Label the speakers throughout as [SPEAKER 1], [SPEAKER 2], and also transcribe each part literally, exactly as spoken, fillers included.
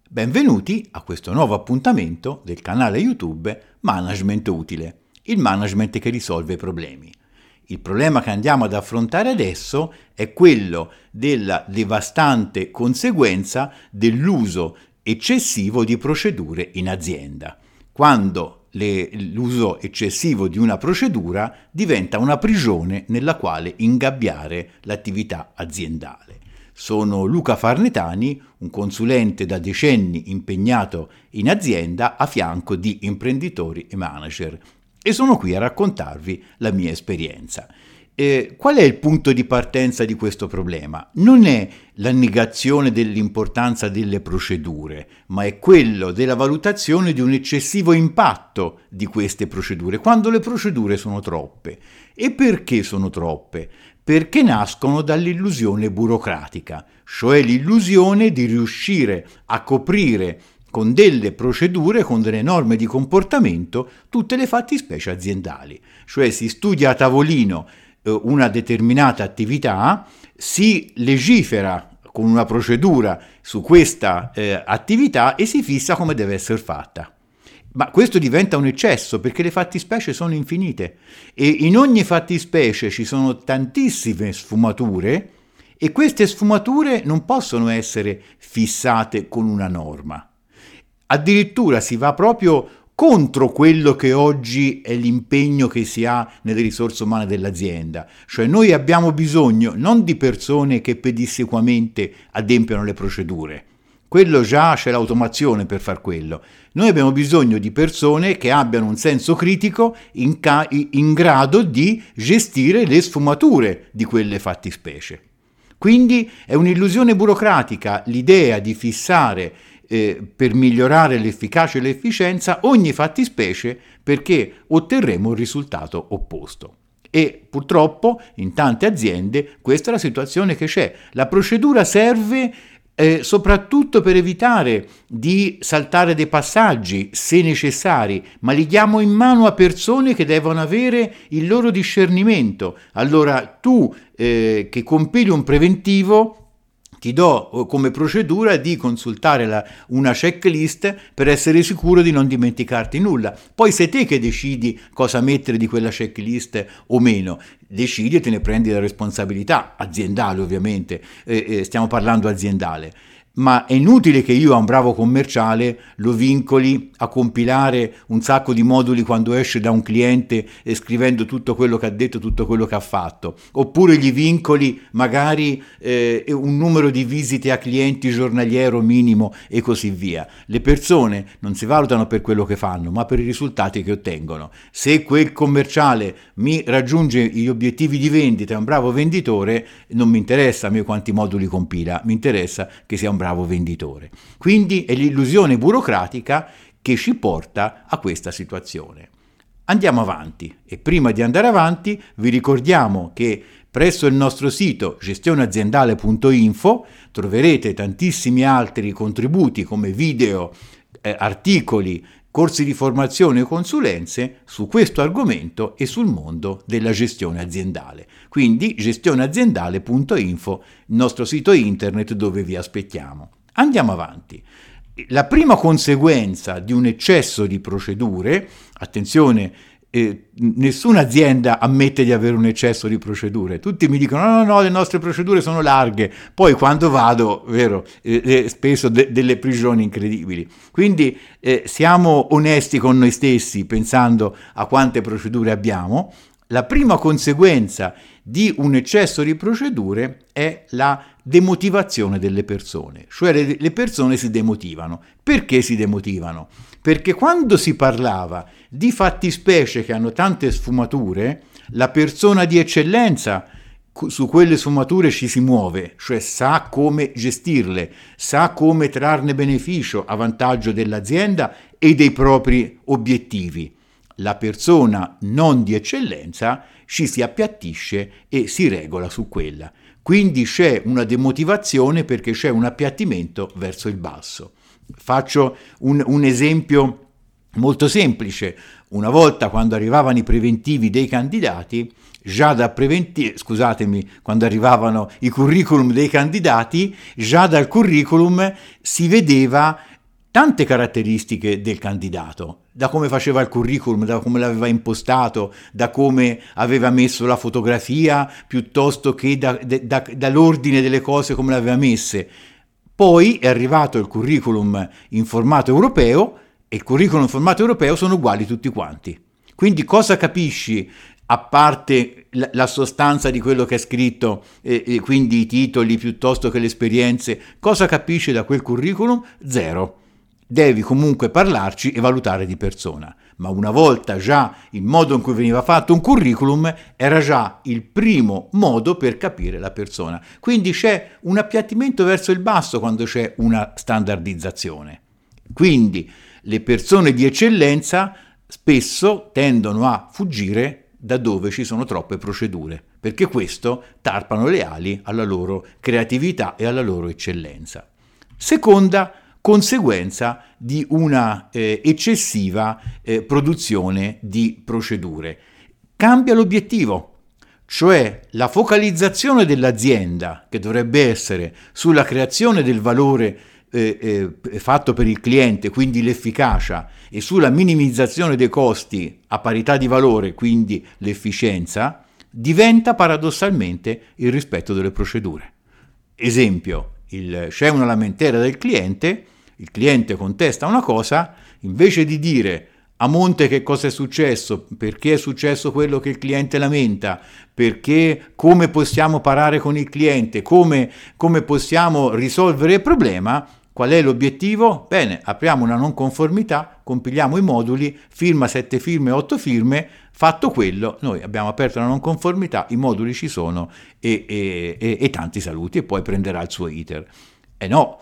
[SPEAKER 1] Benvenuti a questo nuovo appuntamento del canale YouTube Management Utile, il management che risolve i problemi. Il problema che andiamo ad affrontare adesso è quello della devastante conseguenza dell'uso eccessivo di procedure in azienda, quando le, l'uso eccessivo di una procedura diventa una prigione nella quale ingabbiare l'attività aziendale. Sono Luca Farnetani, un consulente da decenni impegnato in azienda a fianco di imprenditori e manager e sono qui a raccontarvi la mia esperienza. Eh, qual è il punto di partenza di questo problema? Non è la negazione dell'importanza delle procedure, ma è quello della valutazione di un eccessivo impatto di queste procedure, quando le procedure sono troppe. E perché sono troppe? Perché nascono dall'illusione burocratica, cioè l'illusione di riuscire a coprire con delle procedure, con delle norme di comportamento, tutte le fattispecie aziendali. Cioè si studia a tavolino eh, una determinata attività, si legifera con una procedura su questa eh, attività e si fissa come deve essere fatta. Ma questo diventa un eccesso perché le fattispecie sono infinite e in ogni fattispecie ci sono tantissime sfumature e queste sfumature non possono essere fissate con una norma. Addirittura si va proprio contro quello che oggi è l'impegno che si ha nelle risorse umane dell'azienda. Cioè noi abbiamo bisogno non di persone che pedissequamente adempiano le procedure. Quello già c'è l'automazione per far quello. Noi abbiamo bisogno di persone che abbiano un senso critico in, ca- in grado di gestire le sfumature di quelle fattispecie. Quindi è un'illusione burocratica l'idea di fissare eh, per migliorare l'efficacia e l'efficienza ogni fattispecie perché otterremo un risultato opposto. E purtroppo in tante aziende questa è la situazione che c'è. La procedura serve Eh, soprattutto per evitare di saltare dei passaggi se necessari, ma li diamo in mano a persone che devono avere il loro discernimento. Allora tu eh, che compili un preventivo ti do come procedura di consultare la, una checklist per essere sicuro di non dimenticarti nulla. Poi sei te che decidi cosa mettere di quella checklist o meno. Decidi e te ne prendi la responsabilità, aziendale ovviamente, eh, eh, stiamo parlando aziendale. Ma è inutile che io a un bravo commerciale lo vincoli a compilare un sacco di moduli quando esce da un cliente e scrivendo tutto quello che ha detto, tutto quello che ha fatto, oppure gli vincoli magari eh, un numero di visite a clienti giornaliero minimo e così via. Le persone non si valutano per quello che fanno, ma per i risultati che ottengono. Se quel commerciale mi raggiunge gli obiettivi di vendita, è un bravo venditore, non mi interessa a me quanti moduli compila, mi interessa che sia un bravo venditore. Quindi è l'illusione burocratica che ci porta a questa situazione. Andiamo avanti e prima di andare avanti vi ricordiamo che presso il nostro sito gestioneaziendale punto info troverete tantissimi altri contributi come video, eh, articoli, corsi di formazione e consulenze su questo argomento e sul mondo della gestione aziendale. Quindi gestioneaziendale punto info, il nostro sito internet dove vi aspettiamo. Andiamo avanti. La prima conseguenza di un eccesso di procedure, attenzione, eh, nessuna azienda ammette di avere un eccesso di procedure, tutti mi dicono no no no le nostre procedure sono larghe, poi quando vado, vero, eh, eh, spesso de- delle prigioni incredibili, quindi eh, siamo onesti con noi stessi pensando a quante procedure abbiamo. La prima conseguenza di un eccesso di procedure è la demotivazione delle persone, cioè le, le persone si demotivano. Perché si demotivano? Perché quando si parlava di fattispecie che hanno tante sfumature, la persona di eccellenza su quelle sfumature ci si muove, cioè sa come gestirle, sa come trarne beneficio a vantaggio dell'azienda e dei propri obiettivi. La persona non di eccellenza ci si appiattisce e si regola su quella. Quindi c'è una demotivazione perché c'è un appiattimento verso il basso. Faccio un, un esempio molto semplice. Una volta quando arrivavano i preventivi dei candidati, già da preventivi, scusatemi, quando arrivavano i curriculum dei candidati, già dal curriculum si vedeva tante caratteristiche del candidato, da come faceva il curriculum, da come l'aveva impostato, da come aveva messo la fotografia, piuttosto che da, da, dall'ordine delle cose come le aveva messe. Poi è arrivato il curriculum in formato europeo, e il curriculum in formato europeo sono uguali tutti quanti. Quindi cosa capisci, a parte la, la sostanza di quello che è scritto, eh, e quindi i titoli piuttosto che le esperienze, cosa capisci da quel curriculum? Zero. Devi comunque parlarci e valutare di persona. Ma una volta già il modo in cui veniva fatto un curriculum era già il primo modo per capire la persona. Quindi c'è un appiattimento verso il basso quando c'è una standardizzazione. Quindi le persone di eccellenza spesso tendono a fuggire da dove ci sono troppe procedure, perché questo tarpano le ali alla loro creatività e alla loro eccellenza. Seconda conseguenza di una eh, eccessiva eh, produzione di procedure. Cambia l'obiettivo, cioè la focalizzazione dell'azienda, che dovrebbe essere sulla creazione del valore eh, eh, fatto per il cliente, quindi l'efficacia, e sulla minimizzazione dei costi a parità di valore, quindi l'efficienza, diventa paradossalmente il rispetto delle procedure. Esempio, il, c'è una lamentela del cliente, il cliente contesta una cosa, invece di dire a monte che cosa è successo, perché è successo quello che il cliente lamenta, perché come possiamo parare con il cliente, come, come possiamo risolvere il problema, qual è l'obiettivo? Bene, apriamo una non conformità, compiliamo i moduli, firma sette firme, otto firme, fatto quello, noi abbiamo aperto una non conformità, i moduli ci sono e, e, e, e tanti saluti, e poi prenderà il suo iter. E no,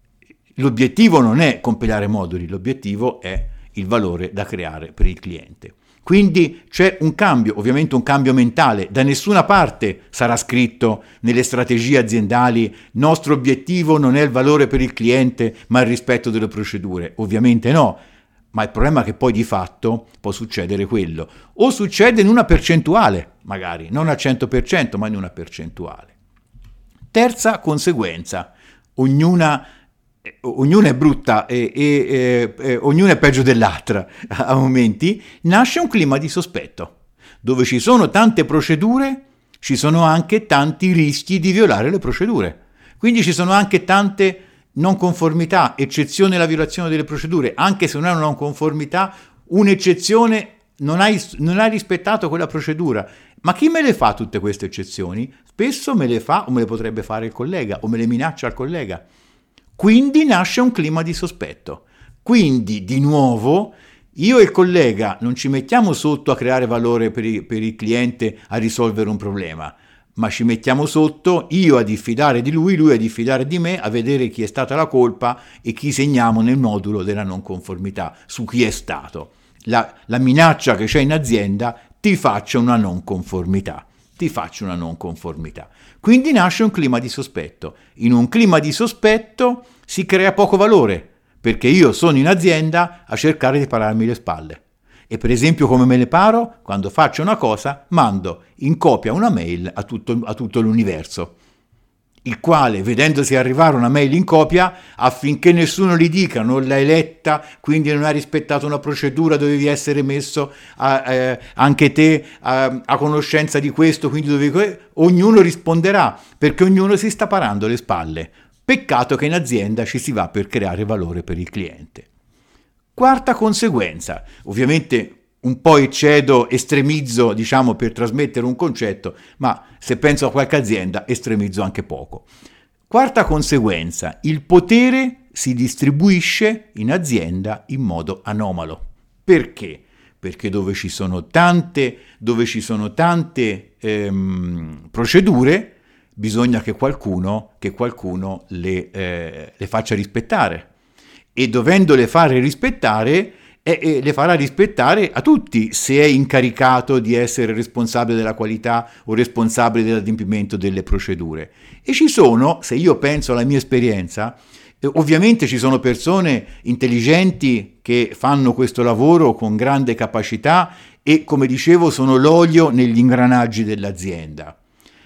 [SPEAKER 1] l'obiettivo non è compilare moduli, l'obiettivo è il valore da creare per il cliente. Quindi c'è un cambio, ovviamente un cambio mentale, da nessuna parte sarà scritto nelle strategie aziendali nostro obiettivo non è il valore per il cliente ma il rispetto delle procedure, ovviamente no, ma il problema è che poi di fatto può succedere quello, o succede in una percentuale magari, non al cento per cento ma in una percentuale. Terza conseguenza, ognuna ognuna è brutta e, e, e, e ognuna è peggio dell'altra a momenti, nasce un clima di sospetto. Dove ci sono tante procedure, ci sono anche tanti rischi di violare le procedure. Quindi ci sono anche tante non conformità, eccezione alla violazione delle procedure. Anche se non è una non conformità, un'eccezione, non hai, non hai rispettato quella procedura. Ma chi me le fa tutte queste eccezioni? Spesso me le fa o me le potrebbe fare il collega o me le minaccia il collega. Quindi nasce un clima di sospetto. Quindi, di nuovo, io e il collega non ci mettiamo sotto a creare valore per il, per il cliente, a risolvere un problema, ma ci mettiamo sotto io a diffidare di lui, lui a diffidare di me, a vedere chi è stata la colpa e chi segniamo nel modulo della non conformità, su chi è stato. La, la minaccia che c'è in azienda: ti faccio una non conformità. ti faccio una non conformità. Quindi nasce un clima di sospetto. In un clima di sospetto si crea poco valore, perché io sono in azienda a cercare di pararmi le spalle. E per esempio come me le paro? Quando faccio una cosa, mando in copia una mail a tutto, a tutto l'universo, il quale, vedendosi arrivare una mail in copia, affinché nessuno gli dica non l'hai letta, quindi non hai rispettato una procedura, dovevi essere messo a, eh, anche te a, a conoscenza di questo, quindi dovevi... ognuno risponderà, perché ognuno si sta parando le spalle. Peccato che in azienda ci si va per creare valore per il cliente. Quarta conseguenza, ovviamente un po' eccedo, estremizzo, diciamo, per trasmettere un concetto, ma se penso a qualche azienda estremizzo anche poco. Quarta conseguenza, il potere si distribuisce in azienda in modo anomalo. Perché? Perché dove ci sono tante, dove ci sono tante ehm, procedure, bisogna che qualcuno, che qualcuno le, eh, le faccia rispettare. E dovendole fare rispettare, e, e le farà rispettare a tutti, se è incaricato di essere responsabile della qualità o responsabile dell'adempimento delle procedure. E ci sono, se io penso alla mia esperienza, eh, ovviamente ci sono persone intelligenti che fanno questo lavoro con grande capacità e, come dicevo, sono l'olio negli ingranaggi dell'azienda.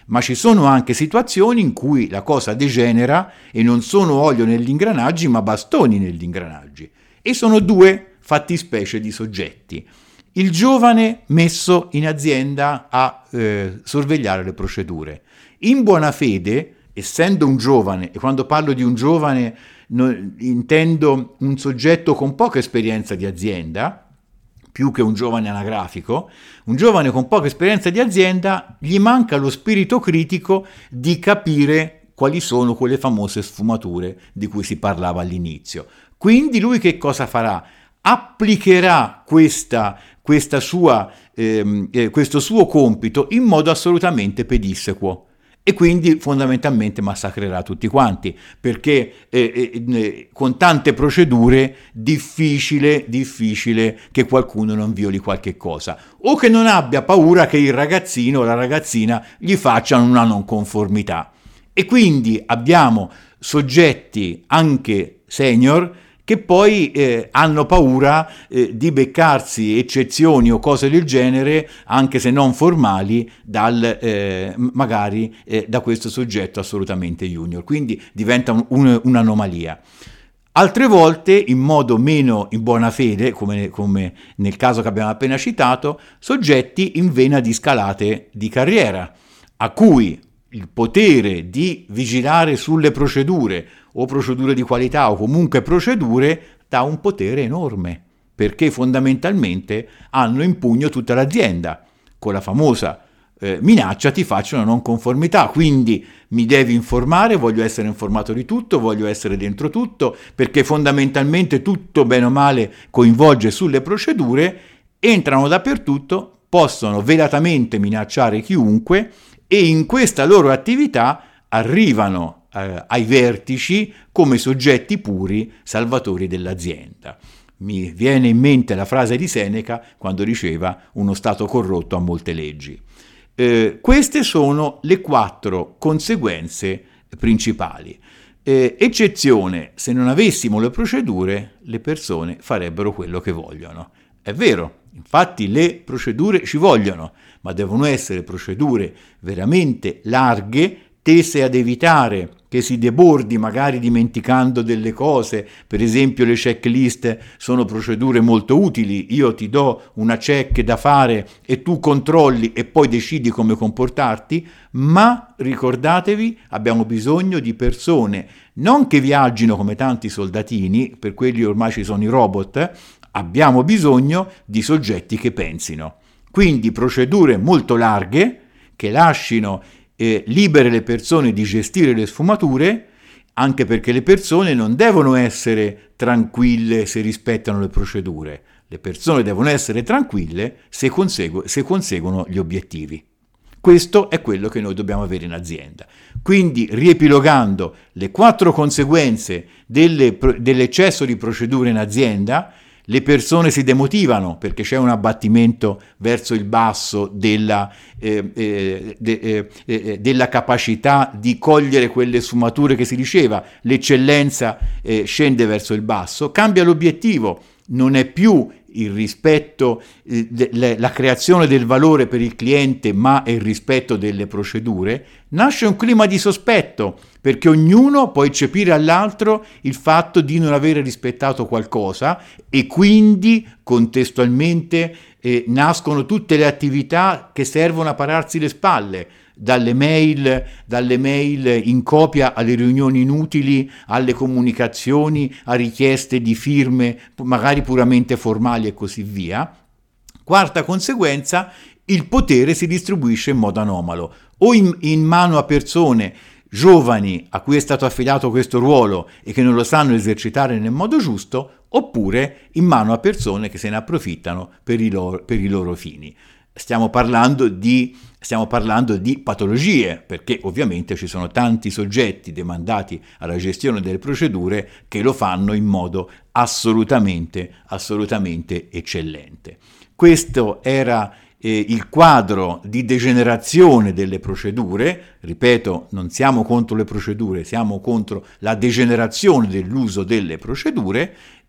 [SPEAKER 1] ma ci sono anche situazioni in cui la cosa degenera e non sono olio negli ingranaggi ma bastoni negli ingranaggi. E sono due fattispecie di soggetti. Il giovane messo in azienda a eh, sorvegliare le procedure. In buona fede, essendo un giovane, e quando parlo di un giovane no, intendo un soggetto con poca esperienza di azienda, più che un giovane anagrafico, un giovane con poca esperienza di azienda, gli manca lo spirito critico di capire quali sono quelle famose sfumature di cui si parlava all'inizio. Quindi lui che cosa farà? Applicherà questa, questa sua, ehm, eh, questo suo compito in modo assolutamente pedissequo. E quindi fondamentalmente massacrerà tutti quanti, perché eh, eh, con tante procedure difficile, difficile che qualcuno non violi qualche cosa, o che non abbia paura che il ragazzino o la ragazzina gli facciano una non conformità. E quindi abbiamo soggetti anche senior che poi eh, hanno paura eh, di beccarsi eccezioni o cose del genere, anche se non formali, dal, eh, magari eh, da questo soggetto assolutamente junior. Quindi diventa un, un, un'anomalia. Altre volte, in modo meno in buona fede, come, come nel caso che abbiamo appena citato, soggetti in vena di scalate di carriera, a cui il potere di vigilare sulle procedure o procedure di qualità o comunque procedure dà un potere enorme, perché fondamentalmente hanno in pugno tutta l'azienda, con la famosa eh, minaccia ti faccio una non conformità, quindi mi devi informare, voglio essere informato di tutto, voglio essere dentro tutto, perché fondamentalmente tutto bene o male coinvolge sulle procedure, entrano dappertutto, possono velatamente minacciare chiunque e in questa loro attività arrivano eh, ai vertici come soggetti puri salvatori dell'azienda. Mi viene in mente la frase di Seneca quando diceva uno Stato corrotto ha molte leggi. Eh, queste sono le quattro conseguenze principali. Eh, eccezione, se non avessimo le procedure, le persone farebbero quello che vogliono. È vero, infatti le procedure ci vogliono, ma devono essere procedure veramente larghe, tese ad evitare che si debordi magari dimenticando delle cose. Per esempio le checklist sono procedure molto utili, io ti do una check da fare e tu controlli e poi decidi come comportarti, ma ricordatevi, abbiamo bisogno di persone non che viaggino come tanti soldatini, per quelli ormai ci sono i robot, abbiamo bisogno di soggetti che pensino. Quindi procedure molto larghe che lasciano eh, libere le persone di gestire le sfumature, anche perché le persone non devono essere tranquille se rispettano le procedure. Le persone devono essere tranquille se, consegu- se conseguono gli obiettivi. Questo è quello che noi dobbiamo avere in azienda. Quindi, riepilogando le quattro conseguenze delle, dell'eccesso di procedure in azienda, le persone si demotivano perché c'è un abbattimento verso il basso della, eh, eh, de, eh, eh, della capacità di cogliere quelle sfumature che si diceva, l'eccellenza eh, scende verso il basso, cambia l'obiettivo, non è più il rispetto, eh, de, la creazione del valore per il cliente, ma è il rispetto delle procedure, nasce un clima di sospetto, perché ognuno può eccepire all'altro il fatto di non avere rispettato qualcosa e quindi contestualmente eh, nascono tutte le attività che servono a pararsi le spalle, dalle mail, dalle mail in copia alle riunioni inutili, alle comunicazioni, a richieste di firme magari puramente formali e così via. Quarta conseguenza, il potere si distribuisce in modo anomalo, o in, in mano a persone giovani a cui è stato affidato questo ruolo e che non lo sanno esercitare nel modo giusto, oppure in mano a persone che se ne approfittano per i loro, per i loro fini. Stiamo parlando di, stiamo parlando di patologie, perché ovviamente ci sono tanti soggetti demandati alla gestione delle procedure che lo fanno in modo assolutamente, assolutamente eccellente. Questo era eh, il quadro di degenerazione delle procedure. Ripeto, non siamo contro le procedure, siamo contro la degenerazione dell'uso delle procedure.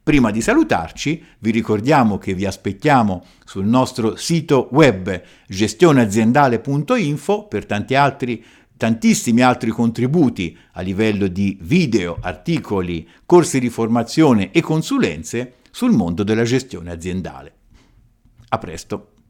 [SPEAKER 1] Prima di salutarci, vi ricordiamo che vi aspettiamo sul nostro sito web gestioneaziendale punto info per tanti altri, tantissimi altri contributi a livello di video, articoli, corsi di formazione e consulenze sul mondo della gestione aziendale. A presto!